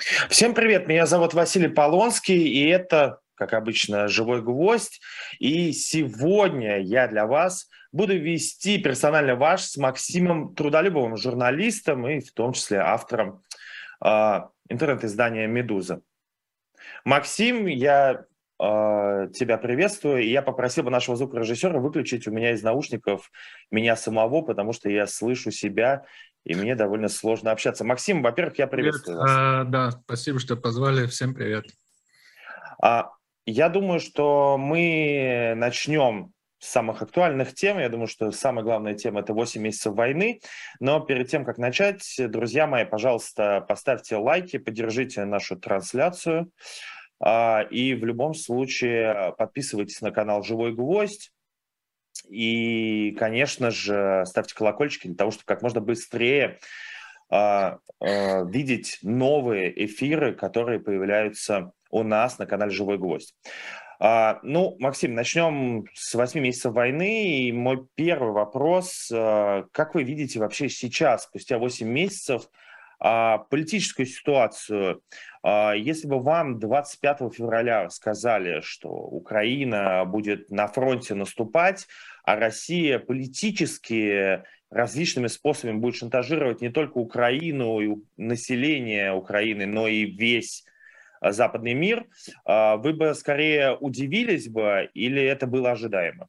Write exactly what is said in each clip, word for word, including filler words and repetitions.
Всем привет, меня зовут Василий Полонский, и это, как обычно, «Живой гвоздь». И сегодня я для вас буду вести персонально ваш с Максимом Трудолюбовым, журналистом и в том числе автором э, интернет-издания «Медуза». Максим, я э, тебя приветствую, и я попросил бы нашего звукорежиссера выключить у меня из наушников меня самого, потому что я слышу себя, и мне довольно сложно общаться. Максим, во-первых, я Привет. приветствую вас. А, да, спасибо, что позвали. Всем привет. А, Я думаю, что мы начнем с самых актуальных тем. Я думаю, что самая главная тема – это восемь месяцев войны. Но перед тем, как начать, друзья мои, пожалуйста, поставьте лайки, поддержите нашу трансляцию. А, И в любом случае подписывайтесь на канал «Живой гвоздь». И, конечно же, ставьте колокольчики для того, чтобы как можно быстрее а, а, видеть новые эфиры, которые появляются у нас на канале «Живой гвоздь». А, ну, Максим, начнем с восьми месяцев войны. И мой первый вопрос. а, Как вы видите вообще сейчас, спустя восемь месяцев, а, политическую ситуацию? А, Если бы вам двадцать пятого февраля сказали, что Украина будет на фронте наступать, а Россия политически различными способами будет шантажировать не только Украину и население Украины, но и весь а, западный мир, а, вы бы скорее удивились бы или это было ожидаемо?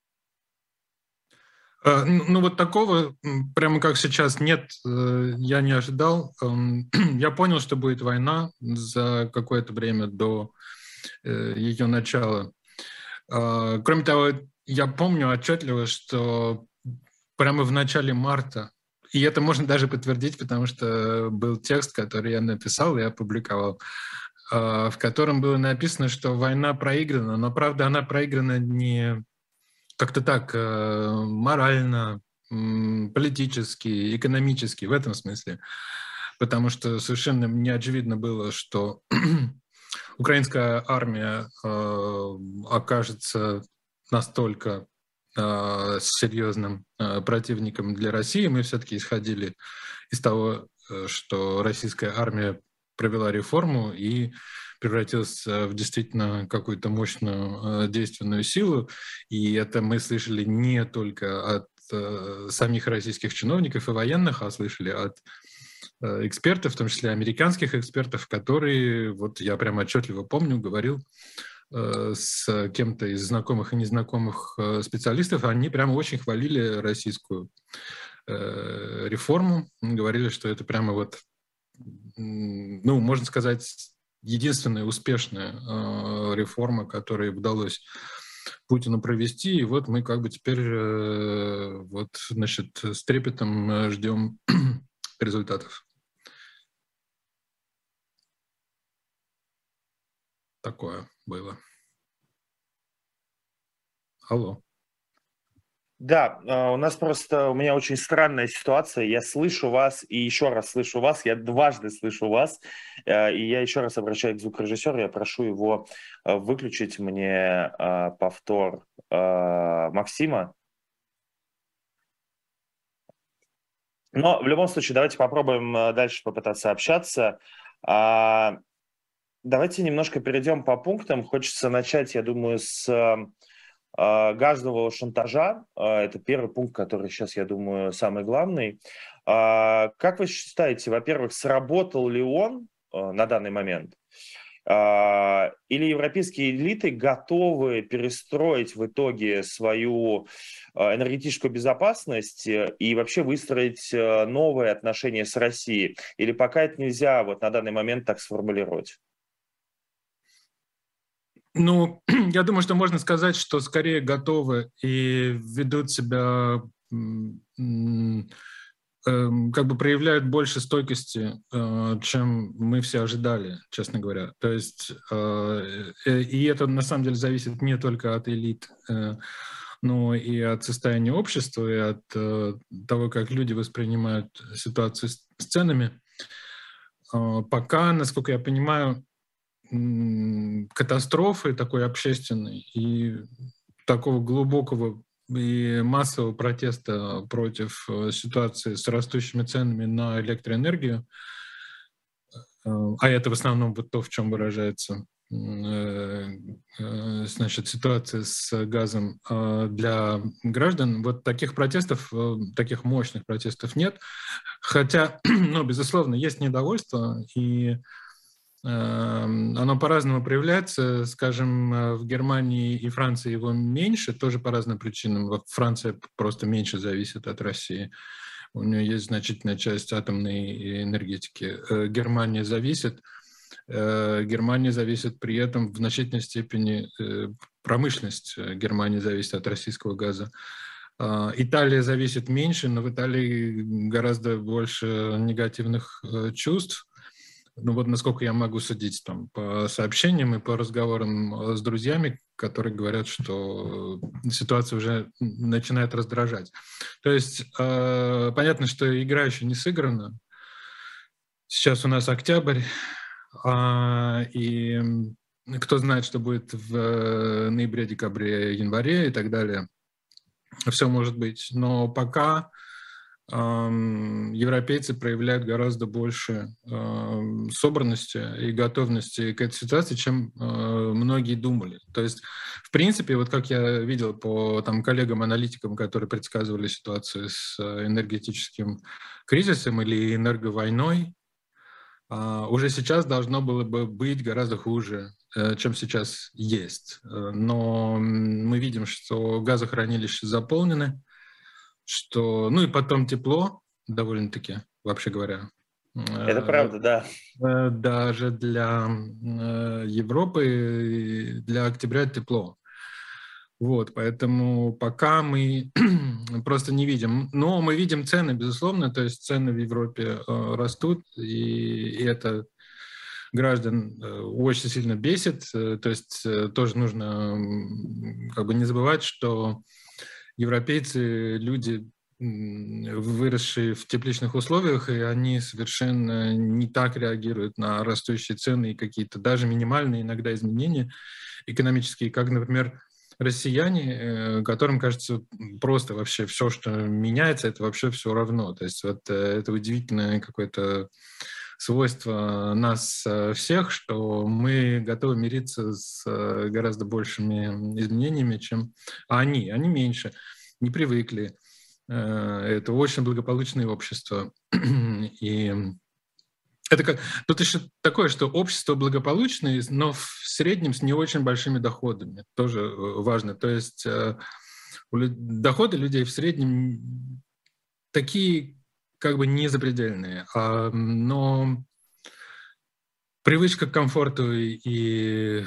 А, Ну, ну, вот такого, м, прямо как сейчас, нет, э, я не ожидал. Эм, Я понял, что будет война за какое-то время до э, ее начала. А, Кроме того, я помню отчетливо, что прямо в начале марта, и это можно даже подтвердить, потому что был текст, который я написал и опубликовал, а, в котором было написано, что война проиграна, но, правда, она проиграна не как-то так, э, морально, м, политически, экономически, в этом смысле. Потому что совершенно не очевидно было, что украинская армия э, окажется настолько э, серьезным э, противником для России. Мы все-таки исходили из того, э, что российская армия провела реформу и превратилась э, в действительно какую-то мощную э, действенную силу. И это мы слышали не только от э, самих российских чиновников и военных, а слышали от э, экспертов, в том числе американских экспертов, которые, вот я прямо отчетливо помню, говорил э, с кем-то из знакомых и незнакомых э, специалистов, они прямо очень хвалили российскую э, реформу, говорили, что это прямо вот, ну, можно сказать, единственная успешная э, реформа, которой удалось Путину провести. И вот мы как бы теперь э, вот, значит, с трепетом э, ждем результатов. Такое было. Алло. Да, э, у нас просто, у меня очень странная ситуация. Я слышу вас и еще раз слышу вас. Я дважды слышу вас. Э, И я еще раз обращаюсь к звукорежиссеру. Я прошу его э, выключить мне э, повтор э, Максима. Но в любом случае, давайте попробуем э, дальше попытаться общаться. А, Давайте немножко перейдем по пунктам. Хочется начать, я думаю, с э, а, газового шантажа. А, Это первый пункт, который сейчас, я думаю, самый главный. А, Как вы считаете, во-первых, сработал ли он э, на данный момент? А, Или европейские элиты готовы перестроить в итоге свою э, энергетическую безопасность э, и вообще выстроить э, новые отношения с Россией? Или пока это нельзя вот на данный момент так сформулировать? Ну, я думаю, что можно сказать, что скорее готовы и ведут себя, м, м, эм, как бы проявляют больше стойкости, э, чем мы все ожидали, честно говоря. То есть, э, э, и это на самом деле зависит не только от элит, э, но и от состояния общества, и от э, того, как люди воспринимают ситуацию с с ценами. Э, Пока, насколько я понимаю, м, катастрофы такой общественной и такого глубокого и массового протеста против э, ситуации с растущими ценами на электроэнергию а это в основном вот то, в чем выражается значит, ситуация с газом для граждан, вот таких протестов, таких мощных протестов нет. Хотя, ну, безусловно, есть недовольство, и оно по-разному проявляется. Скажем, в Германии и Франции его меньше, тоже по разным причинам. Франция просто меньше зависит от России. У нее есть значительная часть атомной энергетики. Германия зависит. Германия зависит при этом в значительной степени, промышленность Германии зависит от российского газа. Италия зависит меньше, но в Италии гораздо больше негативных чувств. Ну вот насколько я могу судить там, по сообщениям и по разговорам с друзьями, которые говорят, что ситуация уже начинает раздражать. То есть понятно, что игра еще не сыграна. Сейчас у нас октябрь. И кто знает, что будет в ноябре, декабре, январе и так далее. Все может быть. Но пока европейцы проявляют гораздо больше собранности и готовности к этой ситуации, чем многие думали. То есть, в принципе, вот как я видел по там, коллегам-аналитикам, которые предсказывали ситуацию с энергетическим кризисом или энерговойной, Uh, уже сейчас должно было бы быть гораздо хуже, uh, чем сейчас есть. Uh, но мы видим, что газохранилища заполнены, что, ну и потом тепло довольно-таки, вообще говоря. Это uh, правда, да. Uh, даже для uh, Европы, для октября тепло. Вот, поэтому пока мы просто не видим. Но мы видим цены, безусловно, то есть цены в Европе э, растут, и, и это граждан э, очень сильно бесит. Э, то есть э, тоже нужно э, как бы не забывать, что европейцы — люди, выросшие в тепличных условиях, и они совершенно не так реагируют на растущие цены и какие-то даже минимальные иногда изменения экономические, как, например, россияне, которым кажется просто вообще все, что меняется, это вообще все равно. То есть вот это удивительное какое-то свойство нас всех, что мы готовы мириться с гораздо большими изменениями, чем они. Они меньше, не привыкли. Это очень благополучное общество. И это как, тут еще такое, что общество благополучное, но в среднем с не очень большими доходами. Тоже важно. То есть доходы людей в среднем такие как бы не запредельные, но привычка к комфорту и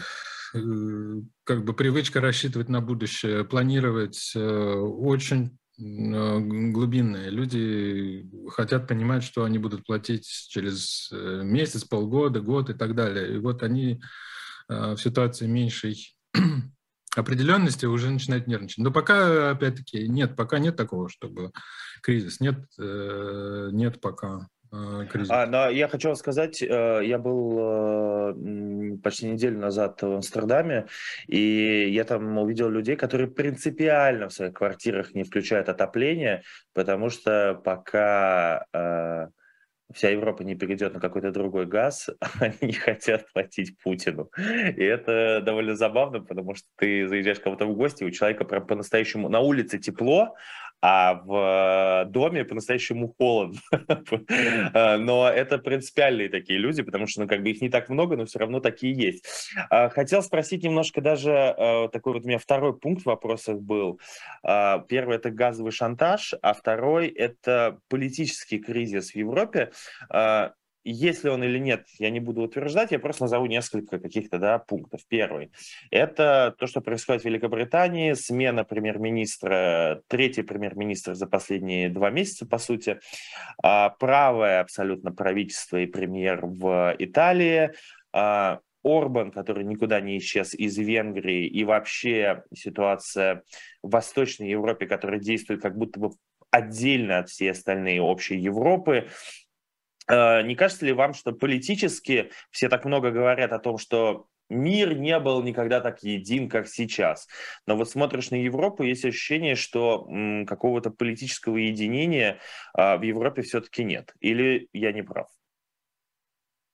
как бы привычка рассчитывать на будущее, планировать очень глубинные. Люди хотят понимать, что они будут платить через месяц, полгода, год и так далее. И вот они в ситуации меньшей определенности уже начинают нервничать. Но пока, опять-таки, нет, пока нет такого, чтобы кризис. Нет, нет пока. А, но я хочу вам сказать, я был почти неделю назад в Амстердаме, и я там увидел людей, которые принципиально в своих квартирах не включают отопление, потому что пока вся Европа не перейдет на какой-то другой газ, они не хотят платить Путину. И это довольно забавно, потому что ты заезжаешь к кому-то в гости, у человека прям по-настоящему на улице тепло, а в доме по-настоящему холодно. Но это принципиальные такие люди, потому что ну, как бы их не так много, но все равно такие есть. Хотел спросить немножко даже, такой вот у меня второй пункт в вопросах был. Первый — это газовый шантаж, а второй — это политический кризис в Европе. Если он или нет, я не буду утверждать, я просто назову несколько каких-то да, пунктов. Первый – это то, что происходит в Великобритании, смена премьер-министра, третий премьер-министр за последние два месяца, по сути, правое абсолютно правительство и премьер в Италии, Орбан, который никуда не исчез из Венгрии, и вообще ситуация в Восточной Европе, которая действует как будто бы отдельно от всей остальной общей Европы. Не кажется ли вам, что политически все так много говорят о том, что мир не был никогда так един, как сейчас? Но вот смотришь на Европу, есть ощущение, что м, какого-то политического единения а, в Европе все-таки нет. Или я не прав?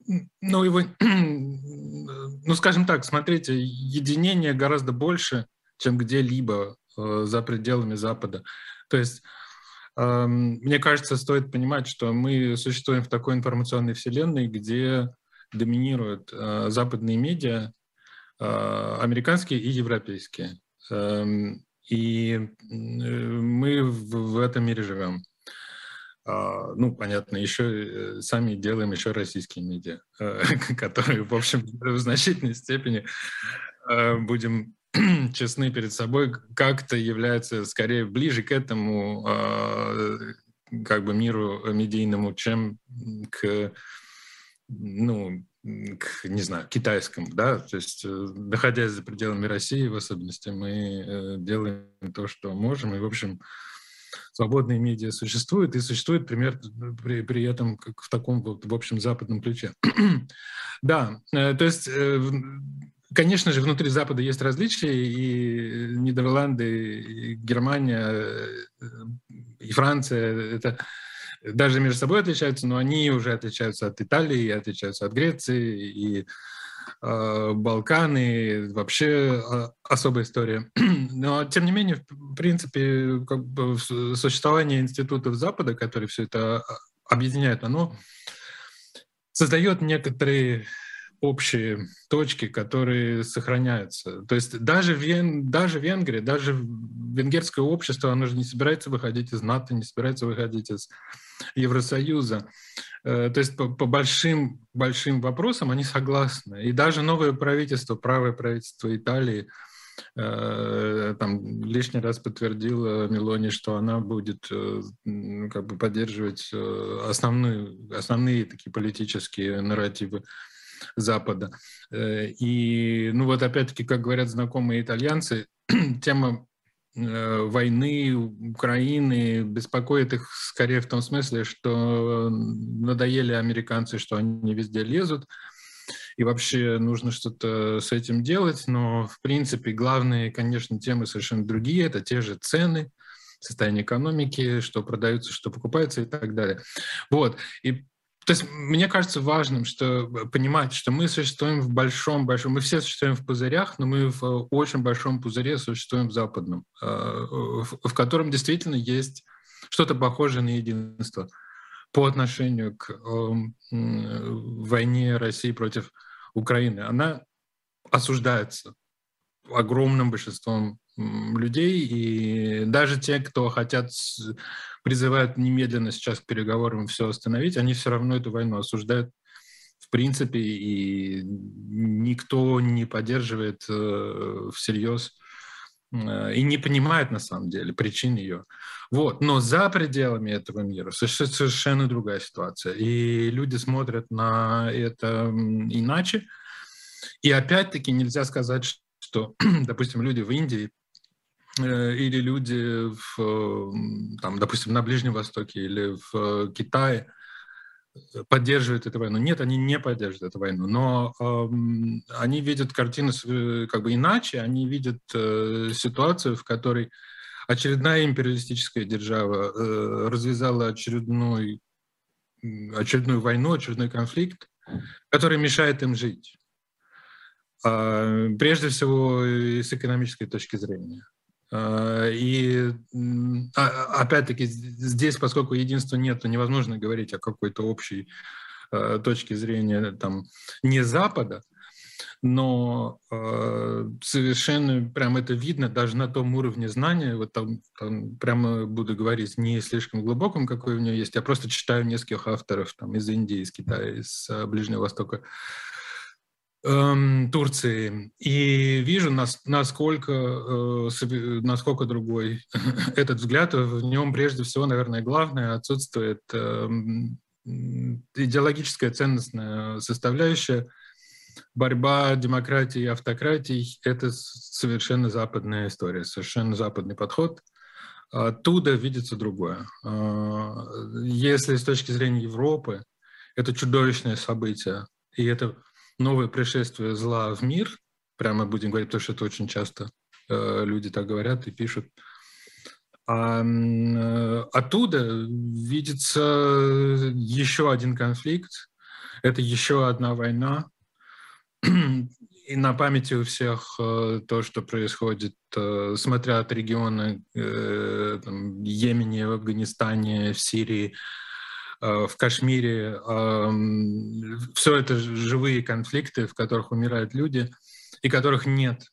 Ну, его, ну, скажем так, смотрите, единение гораздо больше, чем где-либо э, за пределами Запада. То есть, э, мне кажется, стоит понимать, что мы существуем в такой информационной вселенной, где доминируют э, западные медиа, э, американские и европейские. Э, и э, мы в, в этом мире живем. Uh, ну, понятно, еще сами делаем еще российские медиа, uh, которые, в общем, в значительной степени, uh, будем честны перед собой, как-то являются скорее ближе к этому uh, как бы миру медийному, чем к, ну, к, не знаю, китайскому, да, то есть, находясь за пределами России, в особенности, мы делаем то, что можем, и, в общем, свободные медиа существуют, и существует пример при, при этом как в таком, в общем, западном ключе. Да, то есть, конечно же, внутри Запада есть различия, и Нидерланды, и Германия, и Франция, это даже между собой отличаются, но они уже отличаются от Италии, отличаются от Греции, и Балканы, вообще особая история. Но, тем не менее, в принципе, как бы существование институтов Запада, которые все это объединяют, оно создает некоторые общие точки, которые сохраняются. То есть даже, Вен, даже Венгрия, даже венгерское общество, оно же не собирается выходить из НАТО, не собирается выходить из Евросоюза. То есть по, по большим, большим вопросам они согласны. И даже новое правительство, правое правительство Италии, э, там лишний раз подтвердила Мелони, что она будет э, как бы поддерживать основные, основные такие политические нарративы Запада. И, ну вот опять-таки, как говорят знакомые итальянцы, тема войны Украины беспокоит их скорее в том смысле, что надоели американцы, что они везде лезут, и вообще нужно что-то с этим делать, но в принципе главные, конечно, темы совершенно другие, это те же цены, состояние экономики, что продается, что покупается и так далее. Вот, и то есть мне кажется важным, что понимать, что мы существуем в большом-большом, мы все существуем в пузырях, но мы в очень большом пузыре существуем в западном, в котором действительно есть что-то похожее на единство по отношению к войне России против Украины. Она осуждается огромным большинством людей, и даже те, кто хотят, призывают немедленно сейчас к переговорам все остановить, они все равно эту войну осуждают в принципе, и никто не поддерживает э, всерьез э, и не понимает на самом деле причин ее. Вот. Но за пределами этого мира совершенно другая ситуация, и люди смотрят на это иначе, и опять-таки нельзя сказать, что, допустим, люди в Индии или люди, в, там, допустим, на Ближнем Востоке или в Китае поддерживают эту войну. Нет, они не поддерживают эту войну, но э, они видят картину как бы иначе, они видят э, ситуацию, в которой очередная империалистическая держава э, развязала очередной, очередную войну, очередной конфликт, который мешает им жить. Э, прежде всего, с экономической точки зрения. И опять-таки здесь, поскольку единства нет, то невозможно говорить о какой-то общей э, точке зрения там, не Запада, но э, совершенно прям это видно даже на том уровне знания, вот там, там прямо буду говорить не слишком глубоком, какой у него есть, я просто читаю нескольких авторов там, из Индии, из Китая, из Ближнего Востока, Турции, и вижу, насколько, насколько другой этот взгляд. В нем прежде всего, наверное, главное отсутствует идеологическая ценностная составляющая. Борьба демократии и автократий — это совершенно западная история, совершенно западный подход. Оттуда видится другое. Если с точки зрения Европы это чудовищное событие, и это новое пришествие зла в мир, прямо будем говорить, потому что это очень часто э, люди так говорят и пишут. А э, оттуда видится еще один конфликт. это еще одна война, и на памяти у всех то, что происходит, смотря от региона, там, в Йемене, в Афганистане, в Сирии, в Кашмире. Все это живые конфликты, в которых умирают люди, и которых нет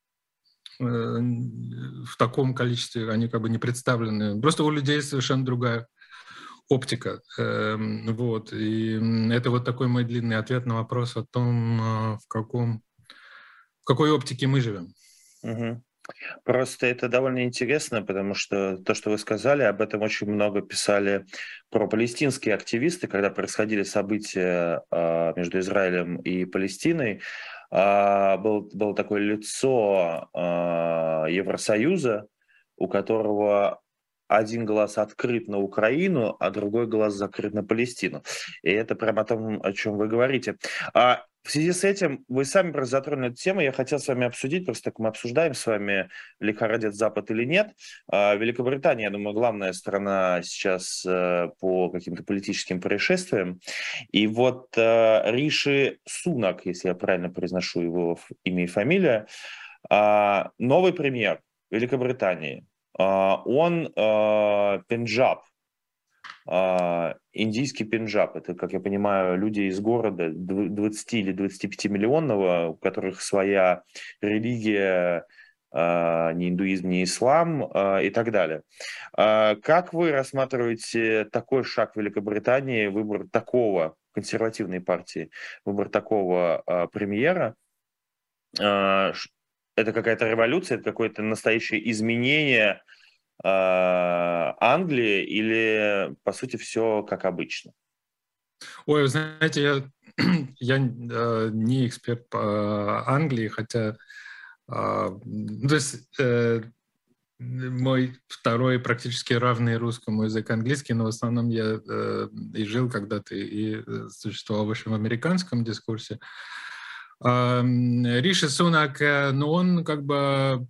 в таком количестве, они как бы не представлены. Просто у людей совершенно другая оптика. Вот. И это вот такой мой длинный ответ на вопрос о том, в каком, в какой оптике мы живем. Угу. Просто это довольно интересно, потому что то, что вы сказали, об этом очень много писали пропалестинские активисты, когда происходили события между Израилем и Палестиной. Был, было такое лицо Евросоюза, у которого один глаз открыт на Украину, а другой глаз закрыт на Палестину. И это прямо о том, о чем вы говорите. А в связи с этим, вы сами просто затронули эту тему, я хотел с вами обсудить, просто так мы обсуждаем с вами, лихорадит Запад или нет. Великобритания, я думаю, главная страна сейчас по каким-то политическим происшествиям. И вот Риши Сунак, если я правильно произношу его имя и фамилия, новый премьер Великобритании, он Пенджаб, индийский Пенджаб. Это, как я понимаю, люди из города двадцати или двадцати пяти миллионного, у которых своя религия, ни индуизм, ни ислам и так далее. Как вы рассматриваете такой шаг Великобритании, выбор такого консервативной партии, выбор такого премьера? Это какая-то революция, это какое-то настоящее изменение Англии или, по сути, все как обычно? Ой, вы знаете, я, я э, не эксперт по Англии, хотя э, то есть, э, мой второй практически равный русскому язык английский, но в основном я э, и жил когда-то, и существовал в общем американском дискурсе. Э, Риши Сунак, э, ну он как бы...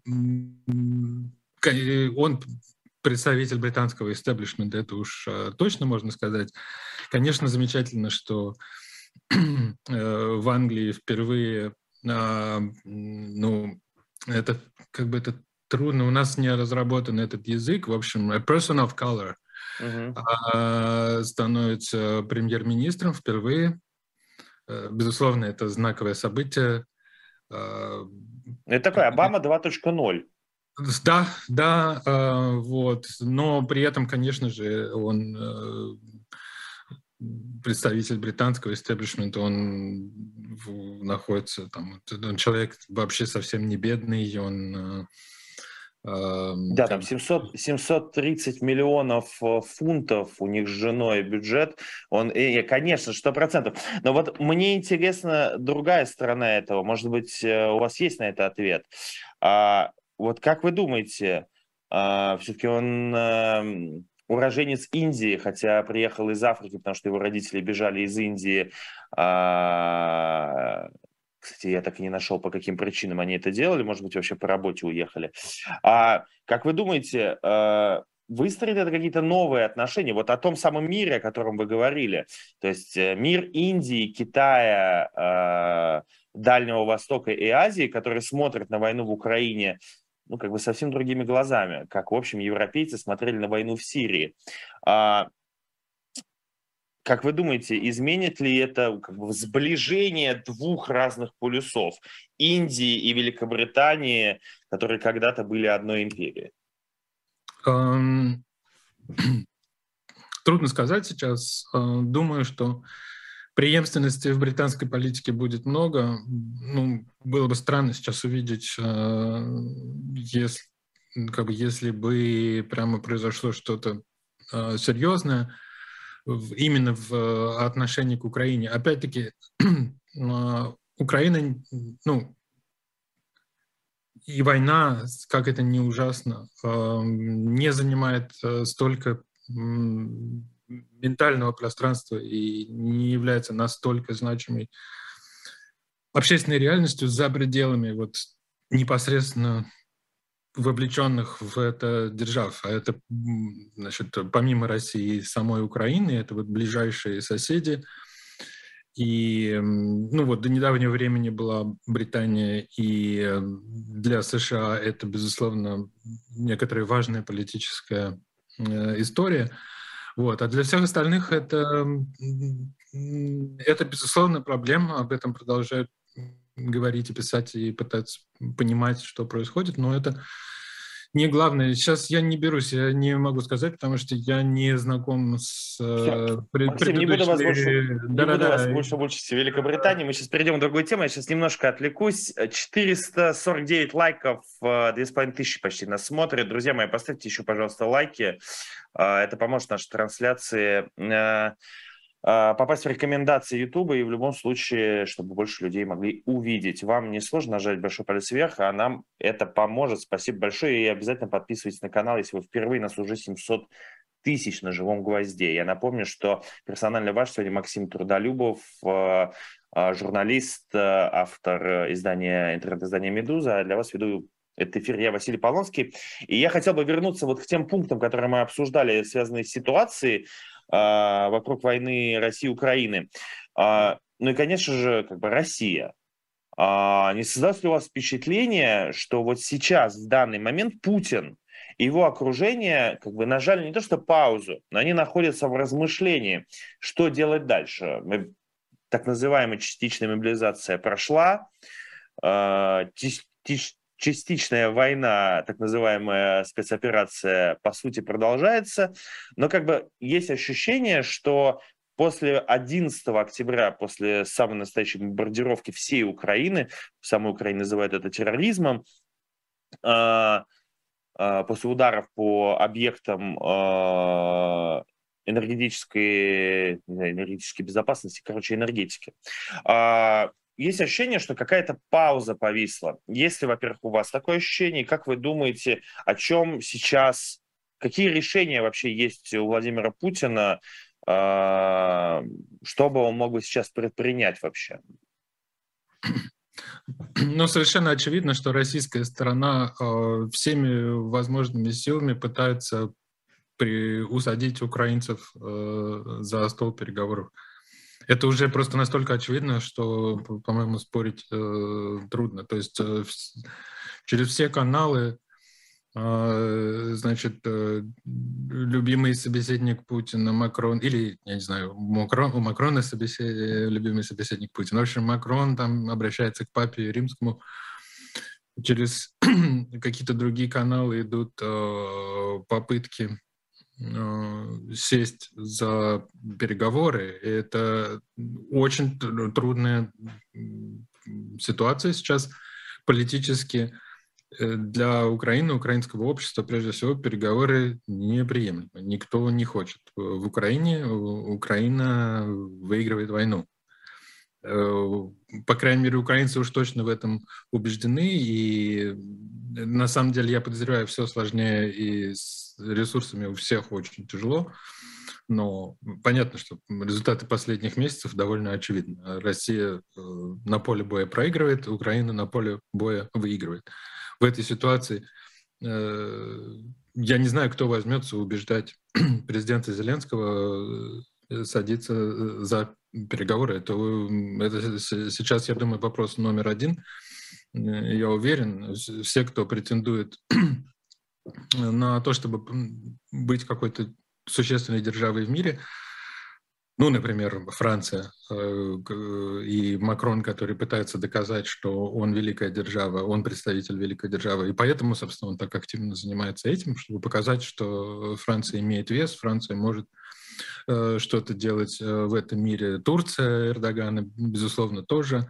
Он представитель британского истеблишмента, это уж э, точно можно сказать. Конечно, замечательно, что э, в Англии впервые, э, ну, это как бы это трудно, у нас не разработан этот язык, в общем, a person of color uh-huh. э, становится премьер-министром впервые. Э, безусловно, это знаковое событие. Э, это такой Обама два точка ноль. Да, да, э, вот, но при этом, конечно же, он э, представитель британского истеблишмента, он в, находится там, он человек вообще совсем не бедный, он... Э, да, там семьсот, семьсот тридцать миллионов фунтов у них с женой бюджет, он, и, конечно, сто процентов. Но вот мне интересна другая сторона этого, может быть, у вас есть на это ответ. Вот как вы думаете, все-таки он уроженец Индии, хотя приехал из Африки, потому что его родители бежали из Индии. Кстати, я так и не нашел, по каким причинам они это делали. Может быть, вообще по работе уехали. А как вы думаете, выстроит это какие-то новые отношения? Вот о том самом мире, о котором вы говорили. То есть мир Индии, Китая, Дальнего Востока и Азии, которые смотрят на войну в Украине, ну, как бы совсем другими глазами, как, в общем, европейцы смотрели на войну в Сирии. А, как вы думаете, изменит ли это как бы сближение двух разных полюсов, Индии и Великобритании, которые когда-то были одной империей? Um, трудно сказать сейчас. Думаю, что преемственности в британской политике будет много. Ну, было бы странно сейчас увидеть, если, как бы, если бы прямо произошло что-то серьезное именно в отношении к Украине. Опять-таки, Украина, ну, и война, как это не ужасно, не занимает столько ментального пространства и не является настолько значимой общественной реальностью за пределами вот непосредственно вовлеченных в это держав. А это, значит, помимо России и самой Украины, это вот ближайшие соседи. И, ну вот, до недавнего времени была Британия, и для США это, безусловно, некоторая важная политическая история. Вот. А для всех остальных это, это, безусловно, проблема. Об этом продолжают говорить и писать, и пытаться понимать, что происходит. Но это не главное. Сейчас я не берусь, я не могу сказать, потому что я не знаком с э, пред, Максим, не буду вас больше, не буду вас больше мучить в Великобритании. Мы сейчас перейдем к другой теме. Я сейчас немножко отвлекусь. четыреста сорок девять лайков, две с половиной тысячи почти нас смотрят. Друзья мои, поставьте еще, пожалуйста, лайки. Это поможет нашей трансляции попасть в рекомендации YouTube и в любом случае, чтобы больше людей могли увидеть. Вам не сложно нажать большой палец вверх, а нам это поможет. Спасибо большое. И обязательно подписывайтесь на канал, если вы впервые. Нас уже семьсот тысяч на живом гвозде. Я напомню, что персонально ваш сегодня Максим Трудолюбов, журналист, автор издания, интернет-издания «Медуза». А для вас веду этот эфир я, Василий Полонский. И я хотел бы вернуться вот к тем пунктам, которые мы обсуждали, связанные с ситуацией вокруг войны России и Украины. Ну и, конечно же, как бы Россия. Не создаст ли у вас впечатление, что вот сейчас, в данный момент, Путин и его окружение как бы нажали не то что паузу, но они находятся в размышлении, что делать дальше? Так называемая частичная мобилизация прошла, частичная война, так называемая спецоперация, по сути, продолжается, но как бы есть ощущение, что после одиннадцатого октября, после самой настоящей бомбардировки всей Украины, сама Украина называет это терроризмом, после ударов по объектам энергетической, энергетической безопасности, короче, энергетики, есть ощущение, что какая-то пауза повисла. Есть ли, во-первых, у вас такое ощущение? Как вы думаете, о чем сейчас, какие решения вообще есть у Владимира Путина, что бы он мог бы сейчас предпринять вообще? Ну, совершенно очевидно, что российская сторона всеми возможными силами пытается при, усадить украинцев за стол переговоров. Это уже просто настолько очевидно, что, по-моему, спорить э, трудно. То есть э, через все каналы, э, значит, э, любимый собеседник Путина, Макрон, или, я не знаю, Макрон, у Макрона собесед... любимый собеседник Путина. В общем, Макрон там обращается к папе римскому. Через какие-то другие каналы идут э, попытки сесть за переговоры. И это очень трудная ситуация сейчас политически для Украины, украинского общества. Прежде всего, переговоры неприемлемы. Никто не хочет. В Украине Украина выигрывает войну. По крайней мере, украинцы уж точно в этом убеждены, и на самом деле я подозреваю, все сложнее, и с ресурсами у всех очень тяжело, но понятно, что результаты последних месяцев довольно очевидны. Россия на поле боя проигрывает, Украина на поле боя выигрывает. В этой ситуации я не знаю, кто возьмется убеждать президента Зеленского садиться за переговоры. Это, это сейчас, я думаю, вопрос номер один. Я уверен, все, кто претендует на то, чтобы быть какой-то существенной державой в мире, ну, например, Франция и Макрон, который пытается доказать, что он великая держава, он представитель великой державы, и поэтому, собственно, он так активно занимается этим, чтобы показать, что Франция имеет вес, Франция может что-то делать в этом мире. Турция Эрдогана, безусловно, тоже.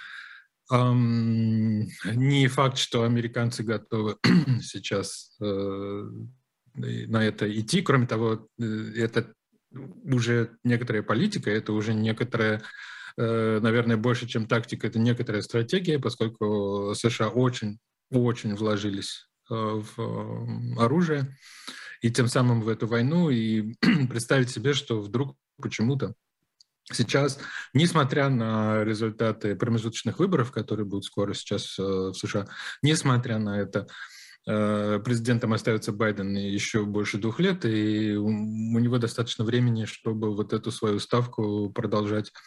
Не факт, что американцы готовы сейчас на это идти. Кроме того, это уже некоторая политика, это уже некоторая, наверное, больше, чем тактика, это некоторая стратегия, поскольку США очень, очень вложились в оружие, и тем самым в эту войну, и представить себе, что вдруг почему-то сейчас, несмотря на результаты промежуточных выборов, которые будут скоро сейчас в США, несмотря на это, президентом остается Байден еще больше двух лет, и у него достаточно времени, чтобы вот эту свою ставку продолжать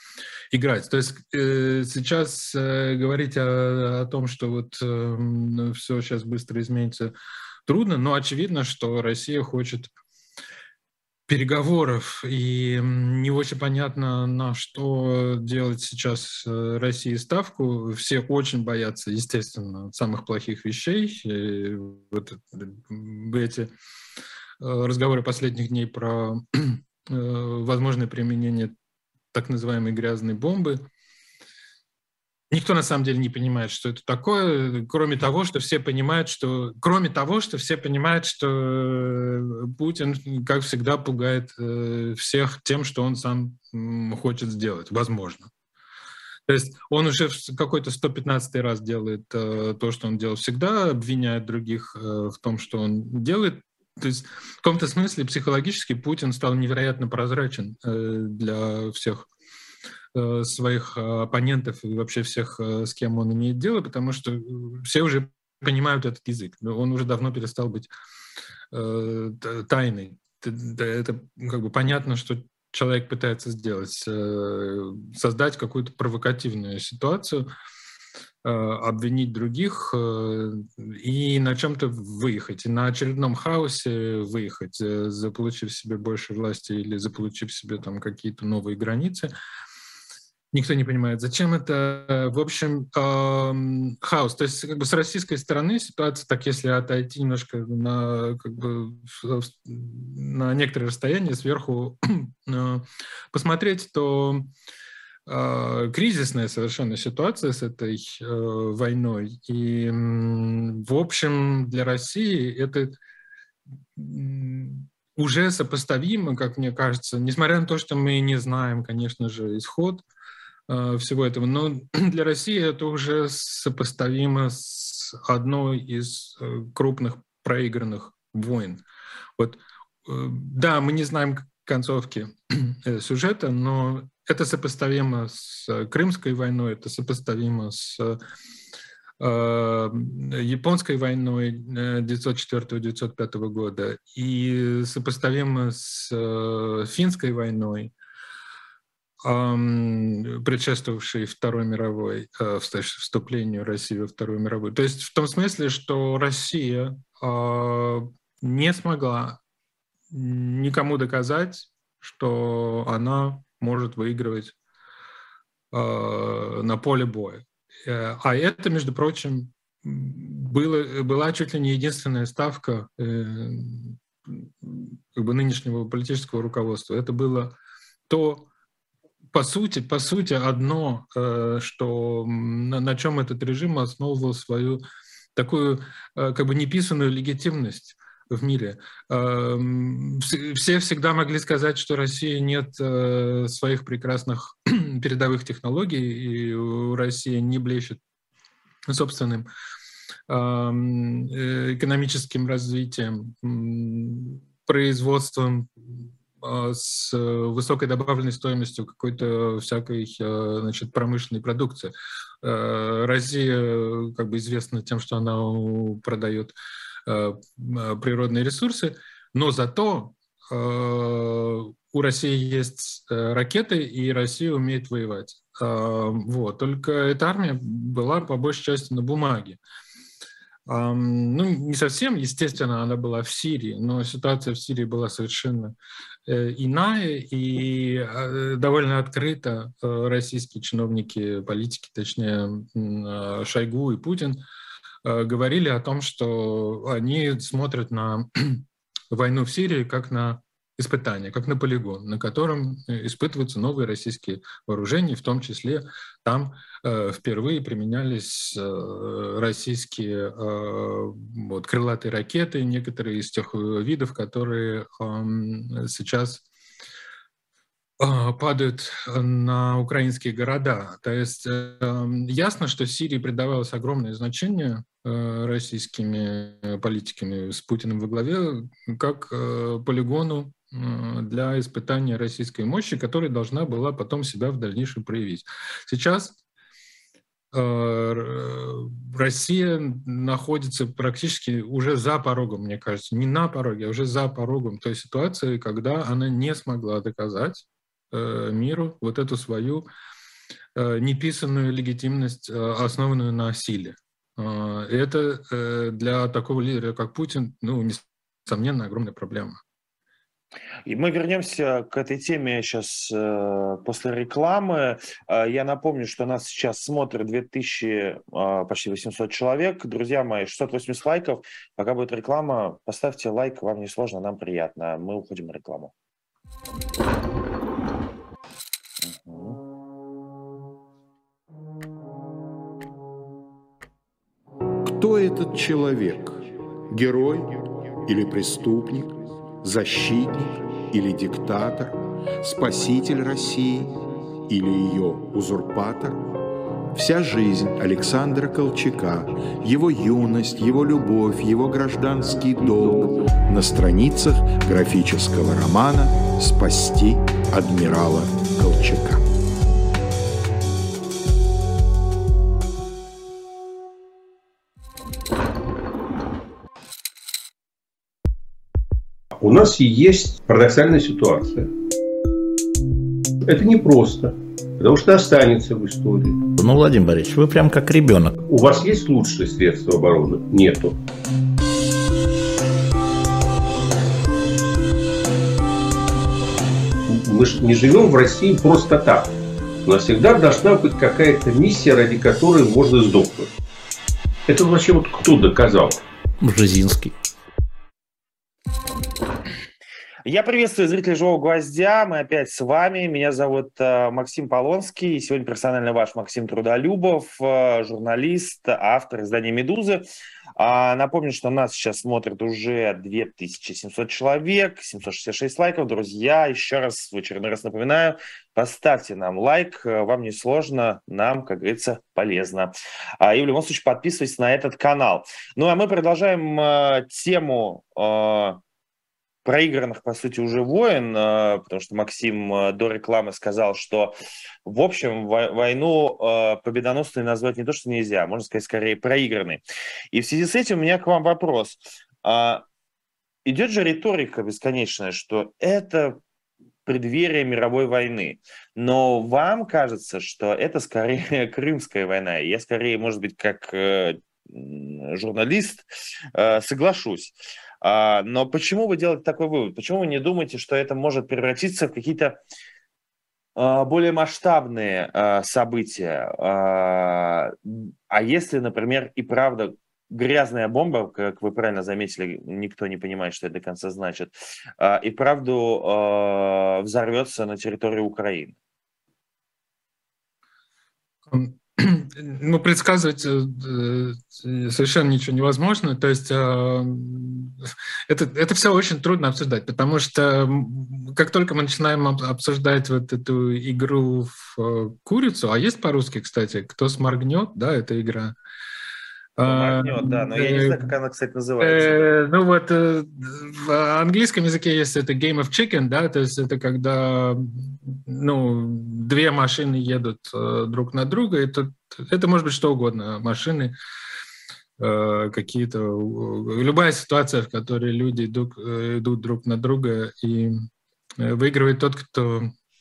играть. То есть э, сейчас э, говорить о, о том, что вот э, все сейчас быстро изменится, трудно, но очевидно, что Россия хочет переговоров, и не очень понятно, на что делать сейчас России ставку. Все очень боятся, естественно, самых плохих вещей. И вот эти разговоры последних дней про возможное применение так называемой грязной бомбы. Никто на самом деле не понимает, что это такое, кроме того, что все понимают, что, кроме того, что все понимают, что Путин, как всегда, пугает всех тем, что он сам хочет сделать, возможно. То есть он уже в какой-то сто пятнадцатый раз делает то, что он делал всегда, обвиняет других в том, что он делает. То есть в каком-то смысле психологически Путин стал невероятно прозрачен для всех своих оппонентов и вообще всех, с кем он имеет дело, потому что все уже понимают этот язык. Он уже давно перестал быть э, тайной. Это как бы понятно, что человек пытается сделать, э, создать какую-то провокативную ситуацию, э, обвинить других э, и на чем-то выехать, и на очередном хаосе выехать, э, заполучив себе больше власти или заполучив себе там какие-то новые границы. Никто не понимает, зачем это. В общем, эм, хаос. То есть как бы с российской стороны ситуация, так если отойти немножко на, как бы, на некоторое расстояние сверху э, посмотреть, то э, кризисная совершенно ситуация с этой э, войной. И, э, в общем, для России это уже сопоставимо, как мне кажется, несмотря на то, что мы не знаем, конечно же, исход всего этого. Но для России это уже сопоставимо с одной из крупных проигранных войн. Вот, да, мы не знаем концовки сюжета, но это сопоставимо с Крымской войной, это сопоставимо с Японской войной девятьсот четвёртого — девятьсот пятого года и сопоставимо с Финской войной, предшествовавшей Второй мировой, вступлению России во Вторую мировую. То есть в том смысле, что Россия не смогла никому доказать, что она может выигрывать на поле боя. А это, между прочим, было, была чуть ли не единственная ставка как бы нынешнего политического руководства. Это было то, По сути, по сути, одно, что, на, на чем этот режим основывал свою такую как бы неписанную легитимность в мире. Все всегда могли сказать, что в России нет своих прекрасных передовых технологий, и Россия не блещет собственным экономическим развитием, производством с высокой добавленной стоимостью какой-то всякой, значит, промышленной продукции. Россия как бы известна тем, что она продает природные ресурсы, но зато у России есть ракеты, и Россия умеет воевать. Вот. Только эта армия была по большей части на бумаге. Ну, не совсем, естественно, она была в Сирии, но ситуация в Сирии была совершенно иная, и довольно открыто российские чиновники, политики, точнее, Шойгу и Путин, говорили о том, что они смотрят на войну в Сирии как на испытание, как на полигон, на котором испытываются новые российские вооружения, в том числе там э, впервые применялись э, российские э, вот, крылатые ракеты, некоторые из тех видов, которые э, сейчас э, падают на украинские города. То есть э, ясно, что Сирии придавалось огромное значение э, российскими политиками с Путиным во главе как э, полигону для испытания российской мощи, которая должна была потом себя в дальнейшем проявить. Сейчас э, Россия находится практически уже за порогом, мне кажется, не на пороге, а уже за порогом той ситуации, когда она не смогла доказать э, миру вот эту свою неписанную легитимность, основанную на силе. Это для такого лидера, как Путин, ну, несомненно, огромная проблема. И мы вернемся к этой теме сейчас э, после рекламы. Э, я напомню, что нас сейчас смотрит две тысячи, э, почти восемьсот человек. Друзья мои, шестьсот восемьдесят лайков. Пока будет реклама, поставьте лайк, вам не сложно, нам приятно. Мы уходим на рекламу. Кто этот человек? Герой или преступник? Защитник или диктатор? Спаситель России или ее узурпатор? Вся жизнь Александра Колчака, его юность, его любовь, его гражданский долг на страницах графического романа «Спасти адмирала Колчака». У нас есть парадоксальная ситуация. Это непросто, потому что останется в истории. Ну, Владимир Борисович, вы прям как ребенок. У вас есть лучшие средства обороны? Нету. Мы же не живем в России просто так. У нас всегда должна быть какая-то миссия, ради которой можно сдохнуть. Это вообще вот кто доказал? Бжезинский. Я приветствую зрителей «Живого гвоздя». Мы опять с вами. Меня зовут э, Максим Полонский. Сегодня персонально ваш Максим Трудолюбов, э, журналист, автор издания «Медузы». А, напомню, что нас сейчас смотрит уже две тысячи семьсот человек, семьсот шестьдесят шесть лайков. Друзья, еще раз, в очередной раз напоминаю, поставьте нам лайк. Вам не сложно, нам, как говорится, полезно. А, и в любом случае подписывайтесь на этот канал. Ну, а мы продолжаем э, тему... Э, проигранных, по сути, уже войн, потому что Максим до рекламы сказал, что, в общем, войну победоносной назвать не то, что нельзя, можно сказать, скорее проигранной. И в связи с этим у меня к вам вопрос. Идет же риторика бесконечная, что это преддверие мировой войны, но вам кажется, что это скорее Крымская война. Я скорее, может быть, как журналист соглашусь. Но почему вы делаете такой вывод? Почему вы не думаете, что это может превратиться в какие-то более масштабные события? А если, например, и правда грязная бомба, как вы правильно заметили, никто не понимает, что это до конца значит, и правду взорвется на территории Украины? Ну, предсказывать совершенно ничего невозможно. То есть это, это все очень трудно обсуждать, потому что как только мы начинаем обсуждать вот эту игру в курицу, а есть по-русски, кстати, «Кто сморгнет», да, эта игра. Моргнет, да, но я не знаю, как она, кстати, называется. Ну вот в английском языке есть это game of chicken, да, то есть это когда, ну, две машины едут друг на друга, это, это может быть что угодно, машины какие-то, любая ситуация, в которой люди идут, идут друг на друга, и выигрывает тот, кто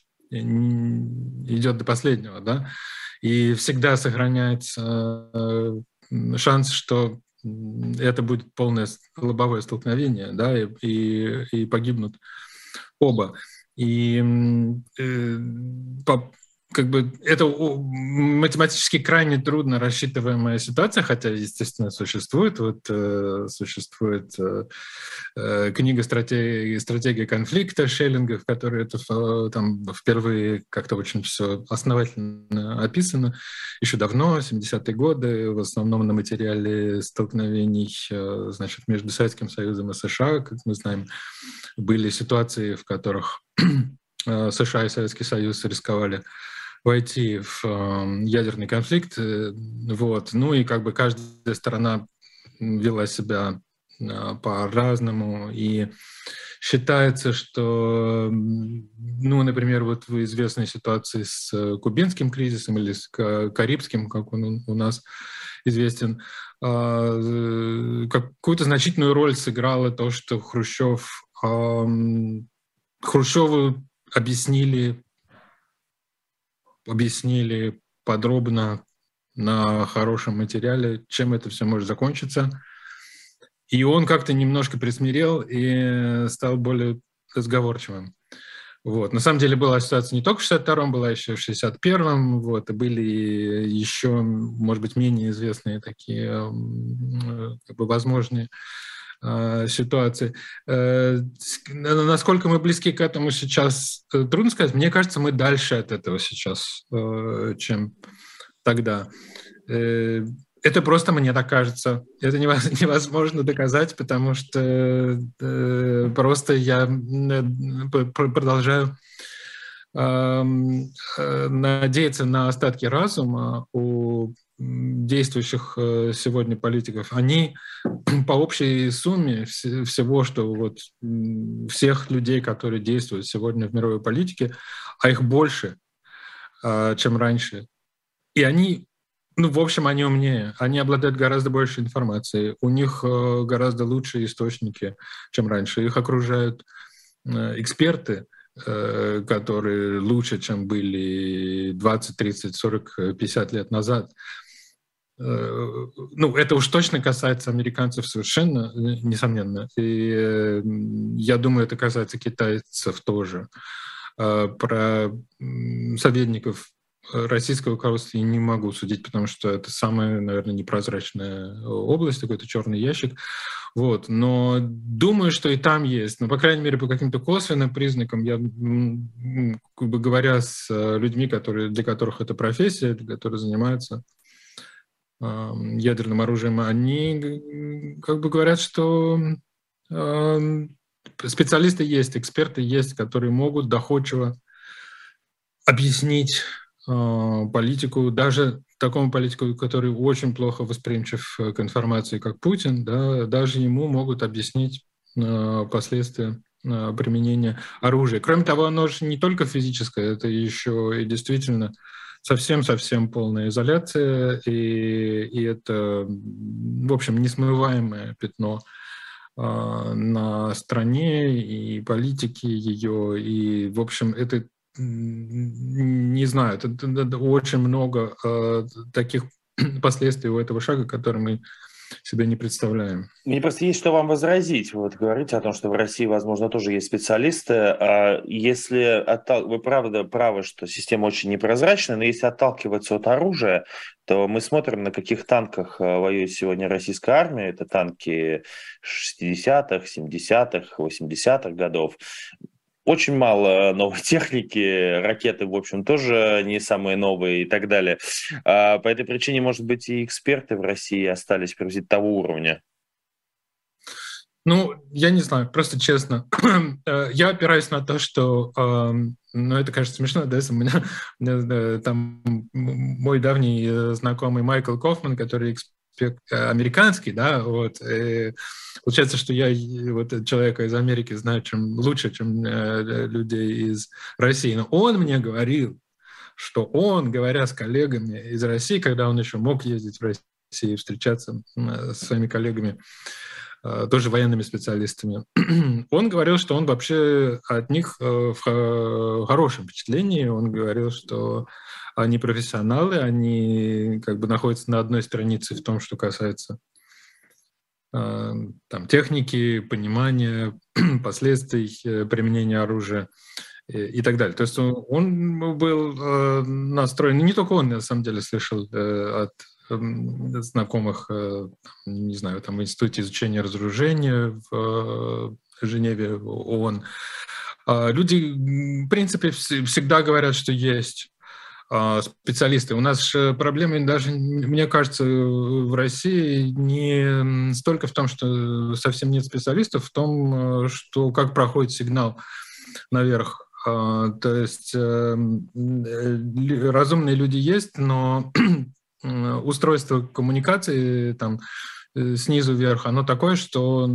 идет до последнего, да, и всегда сохраняется шанс, что это будет полное лобовое столкновение, да, и, и, и погибнут оба. И э, по, как бы это математически крайне трудно рассчитываемая ситуация, хотя, естественно, существует. Вот э, существует э, книга «Стратегия, «Стратегия конфликта» Шеллинга, в которой это там впервые как-то очень все основательно описано. Еще давно, семидесятые годы, в основном на материале столкновений, значит, между Советским Союзом и США, как мы знаем, были ситуации, в которых США и Советский Союз рисковали войти в ядерный конфликт. Вот. Ну и как бы каждая сторона вела себя по-разному. И считается, что, ну, например, вот в известной ситуации с кубинским кризисом или с карибским, как он у нас известен, какую-то значительную роль сыграло то, что Хрущев, Хрущеву объяснили, объяснили подробно на хорошем материале, чем это все может закончиться. И он как-то немножко присмирел и стал более разговорчивым. Вот. На самом деле была ситуация не только в шестьдесят втором, была еще в шестьдесят первом, вот, и были еще, может быть, менее известные такие как бы, возможные э, ситуации. Э, насколько мы близки к этому сейчас, трудно сказать. Мне кажется, мы дальше от этого сейчас, э, чем тогда. Э, Это просто мне так кажется. Это невозможно доказать, потому что э, просто я продолжаю э, надеяться на остатки разума у действующих сегодня политиков. Они по общей сумме всего, что вот всех людей, которые действуют сегодня в мировой политике, а их больше, э, чем раньше, и они Ну, в общем, они умнее, они обладают гораздо больше информацией, у них э, гораздо лучшие источники, чем раньше. Их окружают э, эксперты, э, которые лучше, чем были двадцать, тридцать, сорок, пятьдесят лет назад. Э, ну, это уж точно касается американцев совершенно, несомненно. И э, я думаю, это касается китайцев тоже. Э, про э, советников российского руководства я не могу судить, потому что это самая, наверное, непрозрачная область, какой-то черный ящик. Вот. Но думаю, что и там есть. Но, по крайней мере, по каким-то косвенным признакам, я, как бы говоря с людьми, которые, для которых это профессия, для которых занимаются э, ядерным оружием, они как бы говорят, что э, специалисты есть, эксперты есть, которые могут доходчиво объяснить политику, даже такому политику, который очень плохо восприимчив к информации, как Путин, да, даже ему могут объяснить э, последствия э, применения оружия. Кроме того, оно же не только физическое, это еще и действительно совсем-совсем полная изоляция, и, и это, в общем, несмываемое пятно э, на стране и политике ее, и, в общем, это не знаю, это, это очень много э, таких последствий у этого шага, которые мы себе не представляем. Мне просто есть что вам возразить. Вот говорите о том, что в России, возможно, тоже есть специалисты. А если оттал... вы правда правы, что система очень непрозрачная, но если отталкиваться от оружия, то мы смотрим, на каких танках воюет сегодня российская армия. Это танки шестидесятых, семидесятых, восьмидесятых годов. Очень мало новой техники, ракеты, в общем, тоже не самые новые и так далее. По этой причине, может быть, и эксперты в России остались приблизительно того уровня. Ну, я не знаю, просто честно. Я опираюсь на то, что, ну, это, кажется, смешно, да, у меня, у меня там мой давний знакомый Майкл Кофман, который эксперт, американский, да, вот, и получается, что я вот человека из Америки знаю чем лучше, чем э, людей из России, но он мне говорил, что он, говоря с коллегами из России, когда он еще мог ездить в Россию и встречаться э, со своими коллегами, э, тоже военными специалистами, он говорил, что он вообще от них э, в хорошем впечатлении, он говорил, что они профессионалы, они как бы находятся на одной странице в том, что касается э, там, техники, понимания последствий э, применения оружия и, и так далее. То есть он, он был э, настроен, не только он, на самом деле, слышал э, от э, знакомых, э, не знаю, там, в Институте изучения разоружения в э, Женеве, ООН. Э, люди, в принципе, вс- всегда говорят, что есть специалисты. У нас проблема даже, мне кажется, в России не столько в том, что совсем нет специалистов, в том, что как проходит сигнал наверх. То есть разумные люди есть, но устройство коммуникации там снизу вверх, оно такое, что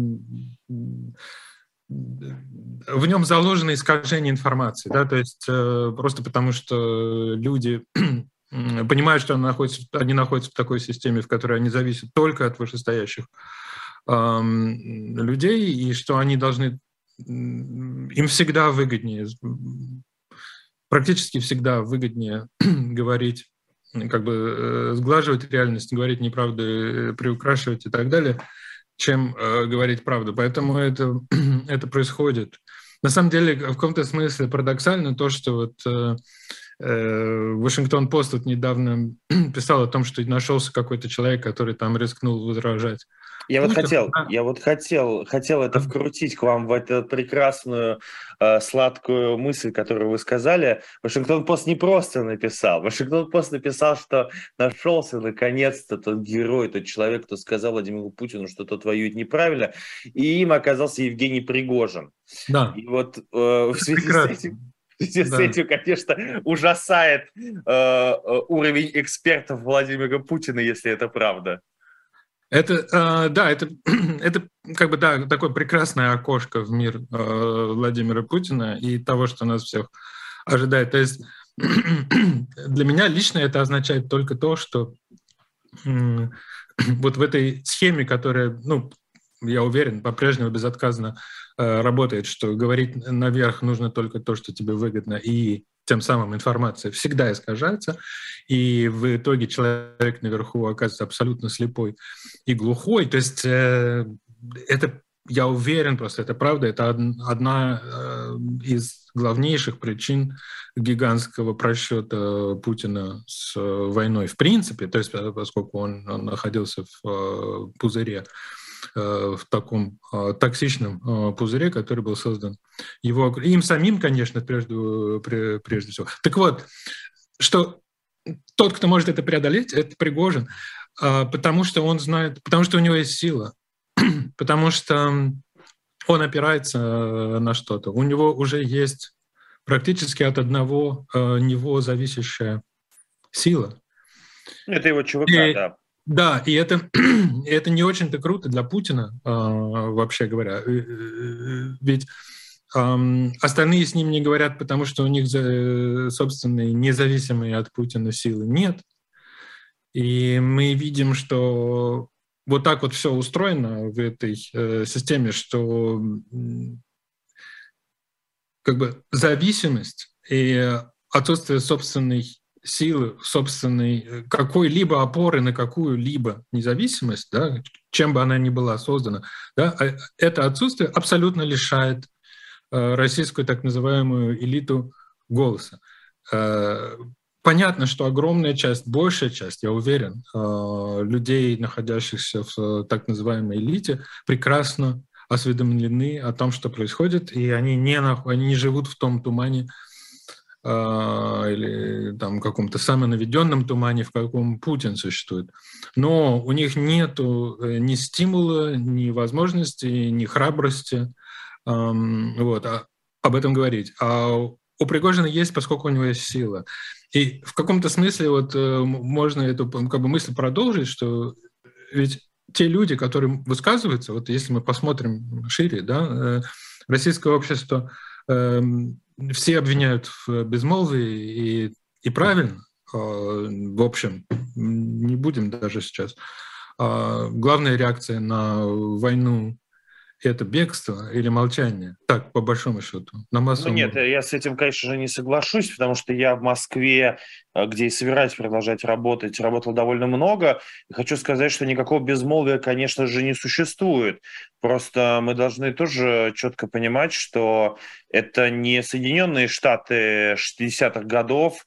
в нем заложено искажение информации, да, то есть э, просто потому, что люди понимают, что они находятся, они находятся в такой системе, в которой они зависят только от вышестоящих э, людей, и что они должны, им всегда выгоднее, практически всегда выгоднее говорить как бы сглаживать реальность, говорить неправду, приукрашивать и так далее, чем говорить правду. Поэтому это, это происходит. На самом деле, в каком-то смысле парадоксально то, что вот Вашингтон-Пост вот недавно писал о том, что нашелся какой-то человек, который там рискнул возражать. Я вот хотел, я вот хотел, хотел это вкрутить к вам в эту прекрасную э, сладкую мысль, которую вы сказали. Вашингтон-Пост не просто написал. Вашингтон-Пост написал, что нашелся наконец-то тот герой, тот человек, кто сказал Владимиру Путину, что тот воюет неправильно, и им оказался Евгений Пригожин. Да. И вот э, в связи Прекрасно. с этим... В связи да. с этим, конечно, ужасает э, уровень экспертов Владимира Путина, если это правда. Это, э, да, это, это как бы, да, такое прекрасное окошко в мир э, Владимира Путина и того, что нас всех ожидает. То есть для меня лично это означает только то, что э, вот в этой схеме, которая, ну, я уверен, по-прежнему безотказно э, работает, что говорить наверх нужно только то, что тебе выгодно, и тем самым информация всегда искажается, и в итоге человек наверху оказывается абсолютно слепой и глухой. То есть э, это, я уверен, просто это правда, это одна э, из главнейших причин гигантского просчета Путина с э, войной в принципе, то есть поскольку он, он находился в э, пузыре, в таком э, токсичном э, пузыре, который был создан его, им самим, конечно, прежде, прежде всего. Так вот, что тот, кто может это преодолеть, это Пригожин, э, потому что он знает, потому что у него есть сила, потому что он опирается на что-то. У него уже есть практически от одного э, него зависящая сила. Это его ЧВК, и, да. Да, и это, это не очень-то круто для Путина, э, вообще говоря. Ведь э, остальные с ним не говорят, потому что у них за, собственные независимые от Путина силы нет. И мы видим, что вот так вот все устроено в этой э, системе, что э, как бы зависимость и отсутствие собственной силы, собственной какой-либо опоры на какую-либо независимость, да, чем бы она ни была создана, да, это отсутствие абсолютно лишает э, российскую так называемую элиту голоса. Э, понятно, что огромная часть, большая часть, я уверен, э, людей, находящихся в так называемой элите, прекрасно осведомлены о том, что происходит, и они не, они не живут в том тумане, или там каком-то самонаведенном тумане, в каком Путин существует. Но у них нет ни стимула, ни возможности, ни храбрости вот, а, об этом говорить. А у Пригожина есть, поскольку у него есть сила. И в каком-то смысле вот можно эту как бы, мысль продолжить, что ведь те люди, которые высказываются, вот если мы посмотрим шире, да, российское общество все обвиняют в безмолвии, и, и правильно, в общем, не будем даже сейчас. Главная реакция на войну — это бегство или молчание? Так, по большому счету. На массовом... Ну нет, я с этим, конечно же, не соглашусь, потому что я в Москве, где и собираюсь продолжать работать, работал довольно много. И хочу сказать, что никакого безмолвия, конечно же, не существует. Просто мы должны тоже четко понимать, что это не Соединенные Штаты шестидесятых годов,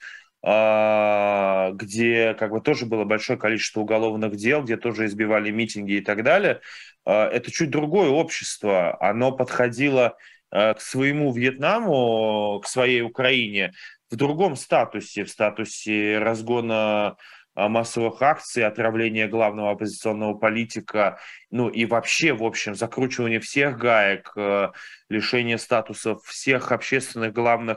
где как бы тоже было большое количество уголовных дел, где тоже избивали митинги и так далее. Это чуть другое общество. Оно подходило к своему Вьетнаму, к своей Украине в другом статусе, в статусе разгона массовых акций, отравления главного оппозиционного политика, ну и вообще, в общем, закручивание всех гаек, лишение статусов всех общественных главных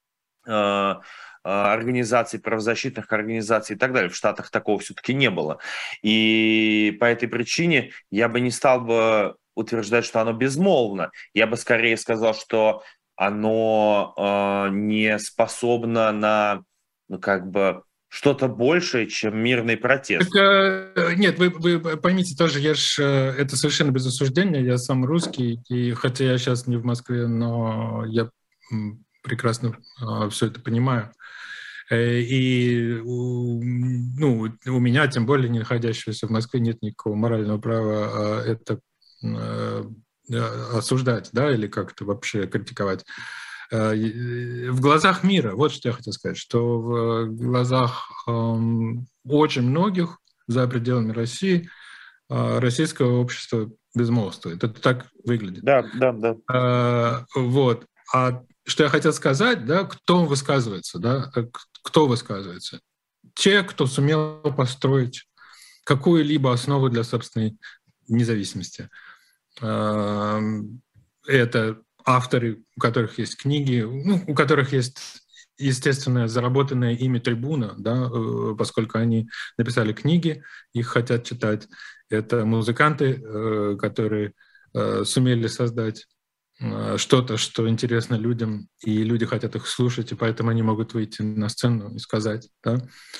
организаций, правозащитных организаций и так далее. В Штатах такого все-таки не было. И по этой причине я бы не стал бы утверждать, что оно безмолвно. Я бы скорее сказал, что оно э, не способно на, ну, как бы, что-то большее, чем мирный протест. Так, э, нет, вы, вы поймите тоже, я ж, э, это совершенно без осуждения, я сам русский, и хотя я сейчас не в Москве, но я прекрасно э, все это понимаю. И ну, у меня, тем более не находящегося в Москве, нет никакого морального права это осуждать, да, или как-то вообще критиковать. В глазах мира, вот что я хотел сказать, что в глазах очень многих за пределами России российское общество безмолвствует. Это так выглядит. Да, да, да. А, вот. А что я хотел сказать, да, кто высказывается, да, кто высказывается? Те, кто сумел построить какую-либо основу для собственной независимости. А, это авторы, у которых есть книги, ну, у которых есть, естественно, заработанная ими трибуна, да, поскольку они написали книги, их хотят читать. Это музыканты, которые сумели создать что-то, что интересно людям, и люди хотят их слушать, и поэтому они могут выйти на сцену и сказать, да,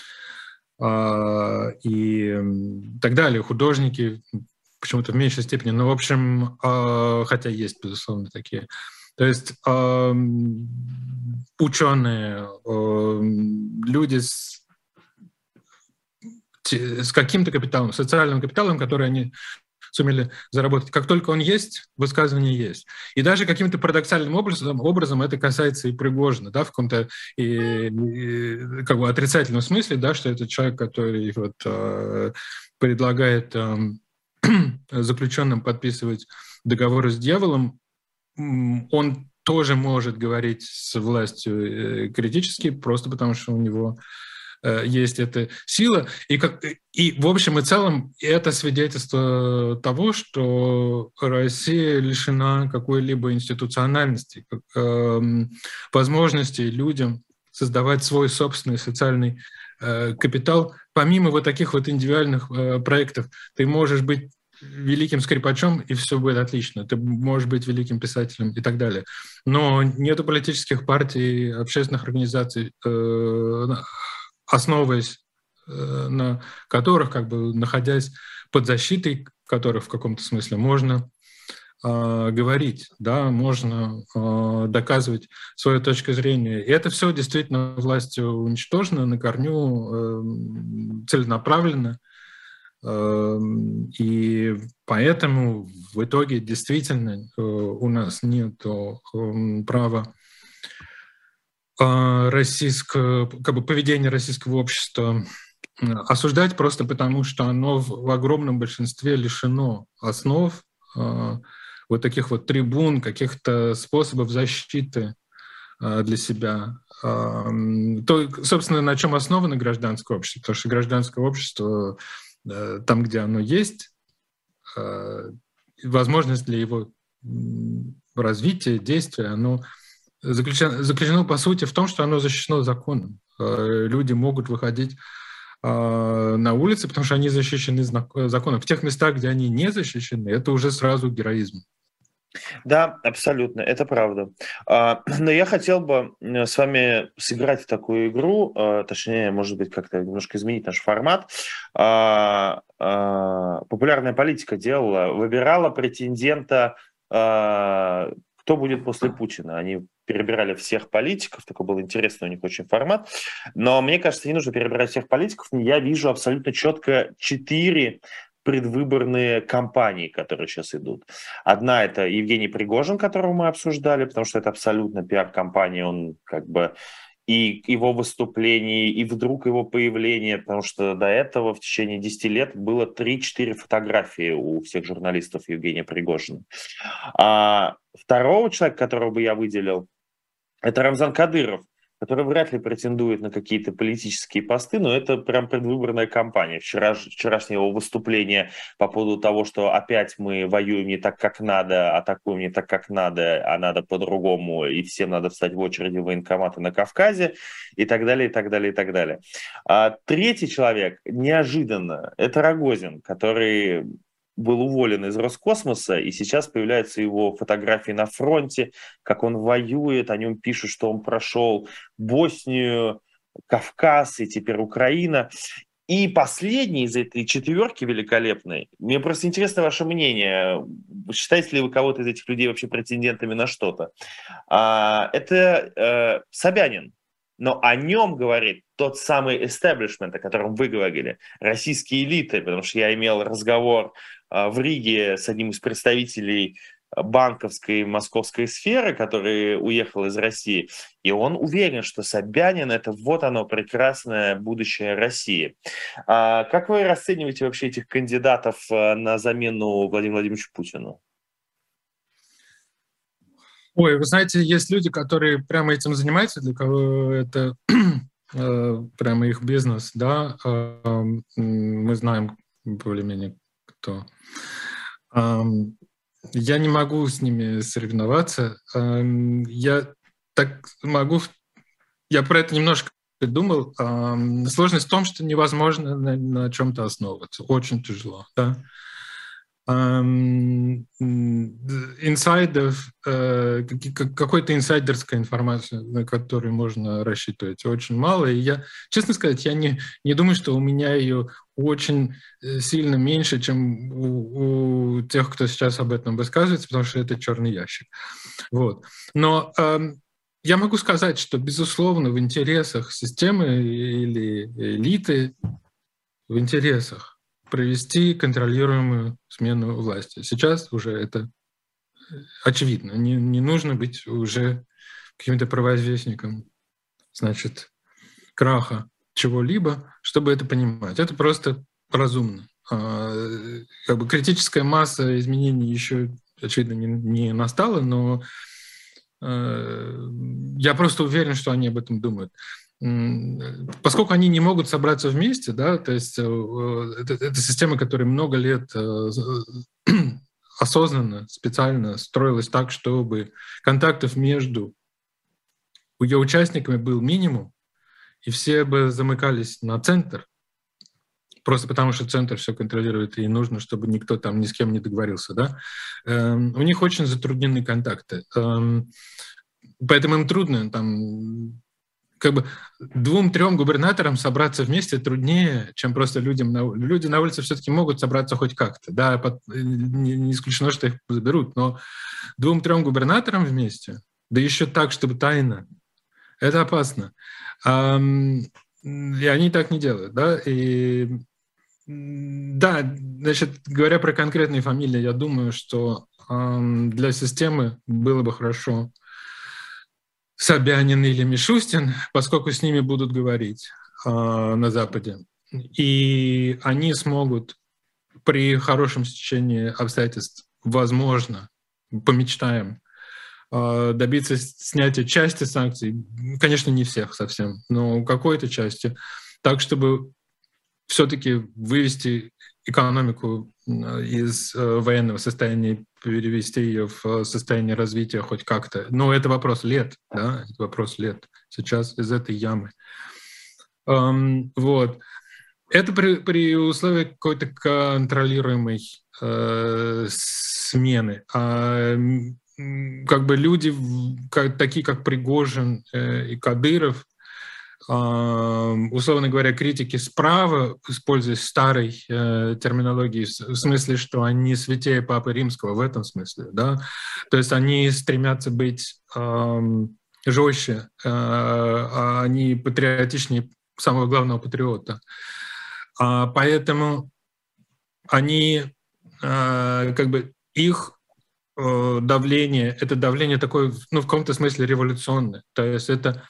и так далее. Художники почему-то в меньшей степени, но, в общем, хотя есть, безусловно, такие. То есть ученые, люди с с каким-то капиталом, социальным капиталом, который они сумели заработать. Как только он есть, высказывание есть. И даже каким-то парадоксальным образом, образом это касается и Пригожина, да, в каком-то и, и, как бы отрицательном смысле, да, что это человек, который вот, э, предлагает э, заключенным подписывать договоры с дьяволом, он тоже может говорить с властью критически, просто потому что у него есть эта сила. И, как, и в общем и целом это свидетельство того, что Россия лишена какой-либо институциональности, э, возможности людям создавать свой собственный социальный э, капитал. Помимо вот таких вот индивидуальных э, проектов, ты можешь быть великим скрипачом, и все будет отлично. Ты можешь быть великим писателем и так далее. Но нету политических партий, общественных организаций, э, основываясь э, на которых, как бы находясь под защитой которых в каком-то смысле можно э, говорить, да, можно э, доказывать свою точку зрения. И это все действительно властью уничтожено на корню, э, целенаправленно. Э, и поэтому в итоге действительно э, у нас нет э, права российское, как бы поведение российского общества осуждать просто потому, что оно в, в огромном большинстве лишено основ, э, вот таких вот трибун, каких-то способов защиты э, для себя. Э, то, собственно, на чем основано гражданское общество, потому что гражданское общество, э, там, где оно есть, э, возможность для его развития, действия, оно Заключено, заключено, по сути, в том, что оно защищено законом. Люди могут выходить на улицы, потому что они защищены законом. В тех местах, где они не защищены, это уже сразу героизм. Да, абсолютно, это правда. Но я хотел бы с вами сыграть в такую игру, точнее, может быть, как-то немножко изменить наш формат. Популярная политика делала, выбирала претендента, кто будет после Путина. Они перебирали всех политиков, такой был интересный у них очень формат. Но мне кажется, не нужно перебирать всех политиков. Я вижу абсолютно четко четыре предвыборные кампании, которые сейчас идут. Одна — это Евгений Пригожин, которого мы обсуждали, потому что это абсолютно пиар-кампания, он как бы и его выступление, и вдруг его появление, потому что до этого в течение десяти лет было три-четыре фотографии у всех журналистов Евгения Пригожина. А второго человека, которого бы я выделил, это Рамзан Кадыров, который вряд ли претендует на какие-то политические посты, но это прям предвыборная кампания. Вчера, вчерашнее его выступление по поводу того, что опять мы воюем не так, как надо, атакуем не так, как надо, а надо по-другому, и всем надо встать в очереди в военкоматы на Кавказе, и так далее, и так далее, и так далее. А третий человек, неожиданно, это Рогозин, который был уволен из Роскосмоса, и сейчас появляются его фотографии на фронте, как он воюет, о нем пишут, что он прошел Боснию, Кавказ и теперь Украина. И последний из этой четверки великолепной, мне просто интересно ваше мнение, считаете ли вы кого-то из этих людей вообще претендентами на что-то? Это Собянин. но о нем говорит тот самый эстеблишмент, о котором вы говорили, российские элиты, потому что я имел разговор в Риге с одним из представителей банковской московской сферы, который уехал из России, и он уверен, что Собянин — это вот оно, прекрасное будущее России. А как вы расцениваете вообще этих кандидатов на замену Владимиру Владимировичу Путину? Ой, вы знаете, есть люди, которые прямо этим занимаются, для кого это прямо их бизнес, да, мы знаем более-менее кто. Я не могу с ними соревноваться. Я так могу... Я про это немножко думал. Сложность в том, что невозможно на, на чем-то основываться. Очень тяжело. Да? Инсайдов, какой-то инсайдерской информации, на которую можно рассчитывать, очень мало. И я, честно сказать, я не, не думаю, что у меня ее очень сильно меньше, чем у, у тех, кто сейчас об этом высказывается, потому что это черный ящик. Вот. Но э, я могу сказать, что, безусловно, в интересах системы или элиты, в интересах провести контролируемую смену власти. Сейчас уже это очевидно. Не, не нужно быть уже каким-то провозвестником, значит, краха чего-либо, чтобы это понимать. Это просто разумно. А, как бы критическая масса изменений еще, очевидно, не, не настала, но э, я просто уверен, что они об этом думают. Поскольку они не могут собраться вместе, да, то есть это, это система, которая много лет осознанно, специально строилась так, чтобы контактов между ее участниками был минимум, и все бы замыкались на центр, просто потому что центр все контролирует, и нужно, чтобы никто там ни с кем не договорился. Да? Эм, у них очень затруднены контакты. Эм, поэтому им трудно там... Как бы двум-трем губернаторам собраться вместе труднее, чем просто людям на улице. Люди на улице все-таки могут собраться хоть как-то. Да, не, не исключено, что их заберут, но двум-трем губернаторам вместе, да еще так, чтобы тайно, это опасно. И они так не делают. Да? И, да, значит, говоря про конкретные фамилии, я думаю, что для системы было бы хорошо Собянин или Мишустин, поскольку с ними будут говорить э, на Западе. И они смогут при хорошем стечении обстоятельств, возможно, помечтаем, э, добиться снятия части санкций, конечно, не всех совсем, но какой-то части, так, чтобы все-таки вывести экономику из военного состояния, перевести ее в состояние развития хоть как-то. Но это вопрос лет, да, это вопрос лет. Сейчас из этой ямы. Um, вот. Это при, при условии какой-то контролируемой э, смены. А, как бы люди, как, такие как Пригожин э, и Кадыров, условно говоря, критики справа, используя старой э, терминологии, в смысле, что они святее Папы Римского, в этом смысле, да, то есть они стремятся быть э, жестче, э, а они патриотичнее самого главного патриота. А, поэтому они, э, как бы, их э, давление, это давление такое, ну, в каком-то смысле революционное, то есть это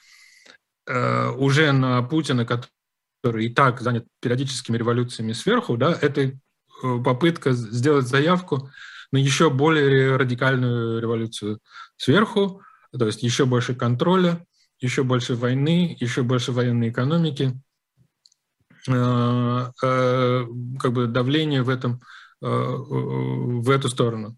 уже на Путина, который и так занят периодическими революциями сверху, да, это попытка сделать заявку на еще более радикальную революцию сверху, то есть еще больше контроля, еще больше войны, еще больше военной экономики, как бы давление в этом, в эту сторону.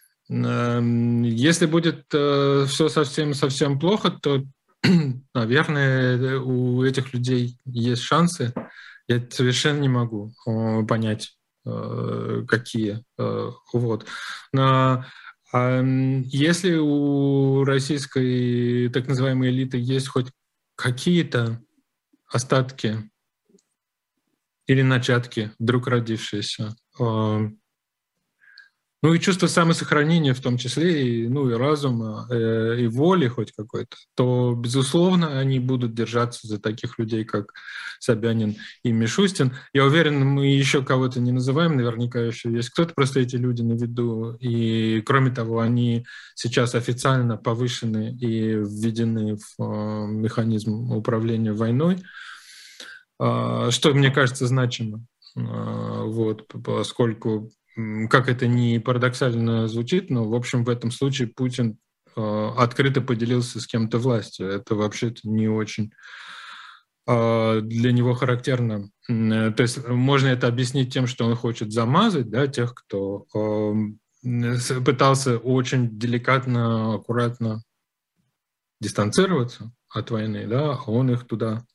Если будет все совсем-совсем плохо, то наверное, у этих людей есть шансы. Я совершенно не могу понять, какие. Вот. Но если у российской так называемой элиты есть хоть какие-то остатки или начатки, вдруг родившиеся, Ну и чувство самосохранения в том числе, и, ну и разума, э, и воли хоть какой-то, то, безусловно, они будут держаться за таких людей, как Собянин и Мишустин. Я уверен, мы еще кого-то не называем, наверняка еще есть кто-то, просто эти люди на виду. И, кроме того, они сейчас официально повышены и введены в э, механизм управления войной, э, что, мне кажется, значимо. Э, вот, поскольку... Как это ни парадоксально звучит, но, в общем, в этом случае Путин э, открыто поделился с кем-то властью. Это вообще-то не очень э, для него характерно. То есть можно это объяснить тем, что он хочет замазать, да, тех, кто э, пытался очень деликатно, аккуратно дистанцироваться от войны, да, а он их туда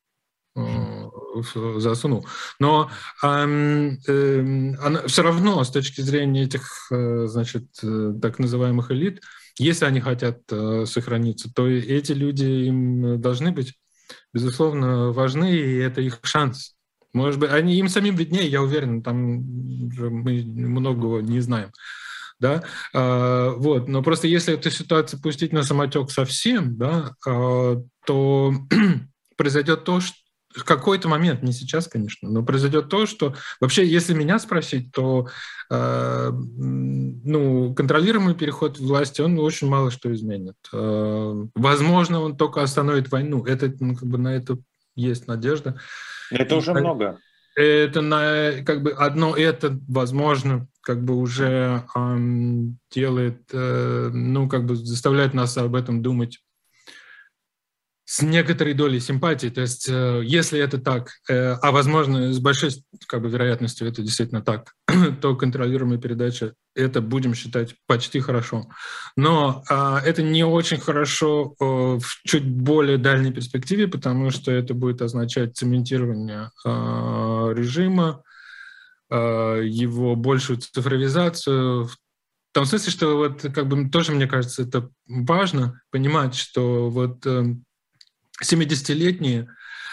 засунул. Но эм, эм, она, все равно с точки зрения этих, э, значит, э, так называемых элит, если они хотят э, сохраниться, то эти люди им должны быть, безусловно, важны, и это их шанс. Может быть, они им самим виднее, я уверен, там мы многого не знаем. Да? А, вот. Но просто если эту ситуацию пустить на самотек совсем, да, а, то произойдет то, что в какой-то момент, не сейчас, конечно, но произойдет то, что вообще, если меня спросить, то э, ну, контролируемый переход власти, он очень мало что изменит. Э, возможно, он только остановит войну. Это, ну, как бы на это есть надежда. Это И, уже много. Это на, как бы одно это, возможно, как бы уже э, делает, э, ну, как бы заставляет нас об этом думать с некоторой долей симпатии. То есть, э, если это так, э, а возможно, с большой, как бы, вероятностью это действительно так, то контролируемая передача — это, будем считать, почти хорошо. Но э, это не очень хорошо э, в чуть более дальней перспективе, потому что это будет означать цементирование э, режима, э, его большую цифровизацию, в том смысле, что вот, как бы, тоже, мне кажется, это важно понимать, что вот э, семидесятилетние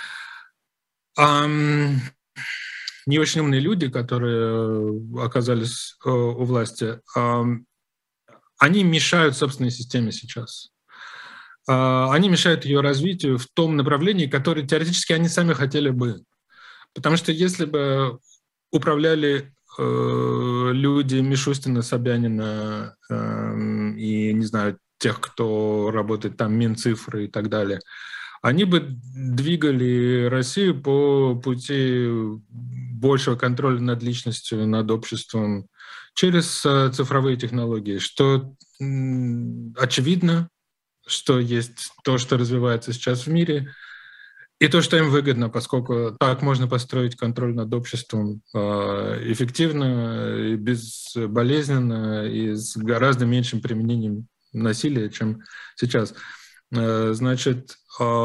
эм, не очень умные люди, которые оказались э, у власти, эм, они мешают собственной системе сейчас. Э, они мешают ее развитию в том направлении, которое теоретически они сами хотели бы. Потому что если бы управляли э, люди Мишустина, Собянина э, и, не знаю, тех, кто работает там, Минцифры и так далее, они бы двигали Россию по пути большего контроля над личностью, над обществом через цифровые технологии, что очевидно, что есть то, что развивается сейчас в мире, и то, что им выгодно, поскольку так можно построить контроль над обществом эффективно, безболезненно и с гораздо меньшим применением насилия, чем сейчас. Значит,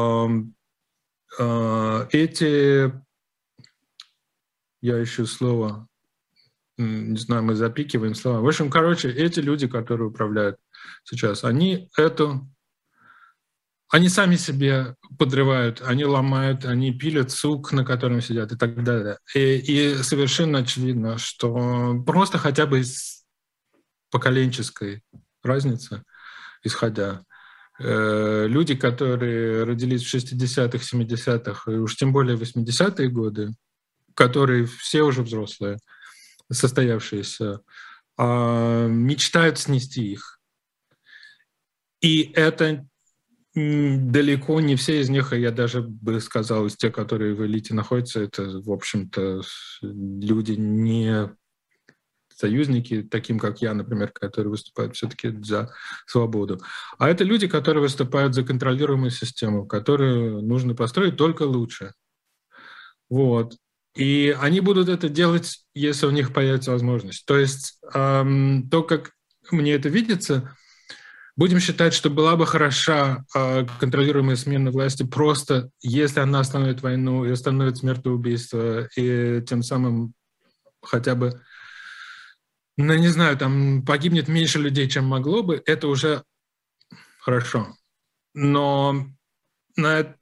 эти, я ищу слово, не знаю, мы запикиваем слова. В общем, короче, эти люди, которые управляют сейчас, они эту, они сами себе подрывают, они ломают, они пилят сук, на котором сидят и так далее. И, и совершенно очевидно, что просто хотя бы из поколенческой разницы, исходя, люди, которые родились в шестидесятых, семидесятых и уж тем более восьмидесятые годы, которые все уже взрослые, состоявшиеся, мечтают снести их. И это далеко не все из них, и я даже бы сказал, из тех, которые в элите находятся, это, в общем-то, люди не союзники, таким как я, например, которые выступают все-таки за свободу. А это люди, которые выступают за контролируемую систему, которую нужно построить только лучше. Вот. И они будут это делать, если у них появится возможность. То есть эм, то, как мне это видится, будем считать, что была бы хороша э, контролируемая смена власти просто, если она остановит войну и остановит смертоубийство, и тем самым хотя бы, ну, не знаю, там погибнет меньше людей, чем могло бы, это уже хорошо. Но на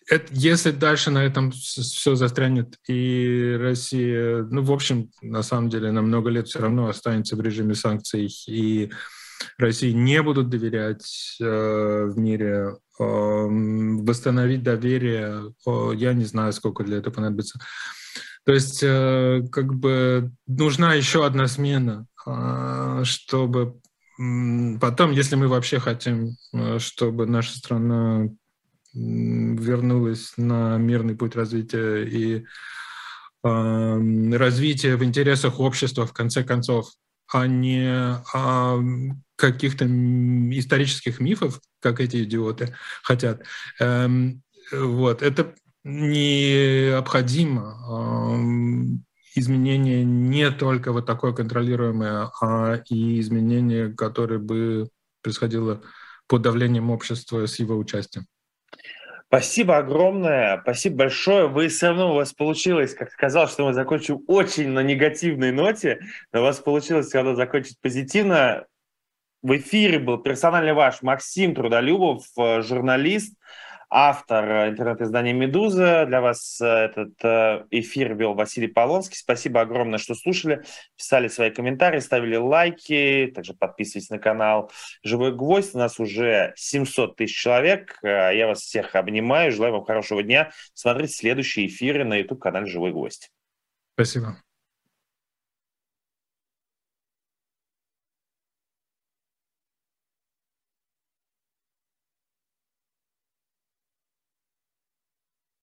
это, если дальше на этом все застрянет, и Россия, ну, в общем, на самом деле, на много лет все равно останется в режиме санкций, и России не будут доверять э, в мире, э, восстановить доверие, э, я не знаю, сколько для этого понадобится. То есть э, как бы нужна еще одна смена, э, чтобы э, потом, если мы вообще хотим, э, чтобы наша страна вернулась на мирный путь развития и э, развития в интересах общества, в конце концов, а не а, каких-то исторических мифов, как эти идиоты хотят. Эм, вот. Это необходимо. Эм, изменение не только вот такое контролируемое, а и изменение, которое бы происходило под давлением общества с его участием. Спасибо огромное, спасибо большое. Вы все равно, у вас получилось, как сказал, что мы закончим очень на негативной ноте, но у вас получилось все равно закончить позитивно. В эфире был персональный ваш Максим Трудолюбов, журналист, автор интернет-издания «Медуза». Для вас этот эфир вел Василий Полонский. Спасибо огромное, что слушали, писали свои комментарии, ставили лайки, также подписывайтесь на канал «Живой гвоздь». У нас уже семьсот тысяч человек. Я вас всех обнимаю, желаю вам хорошего дня. Смотрите следующие эфиры на YouTube-канале «Живой гвоздь». Спасибо.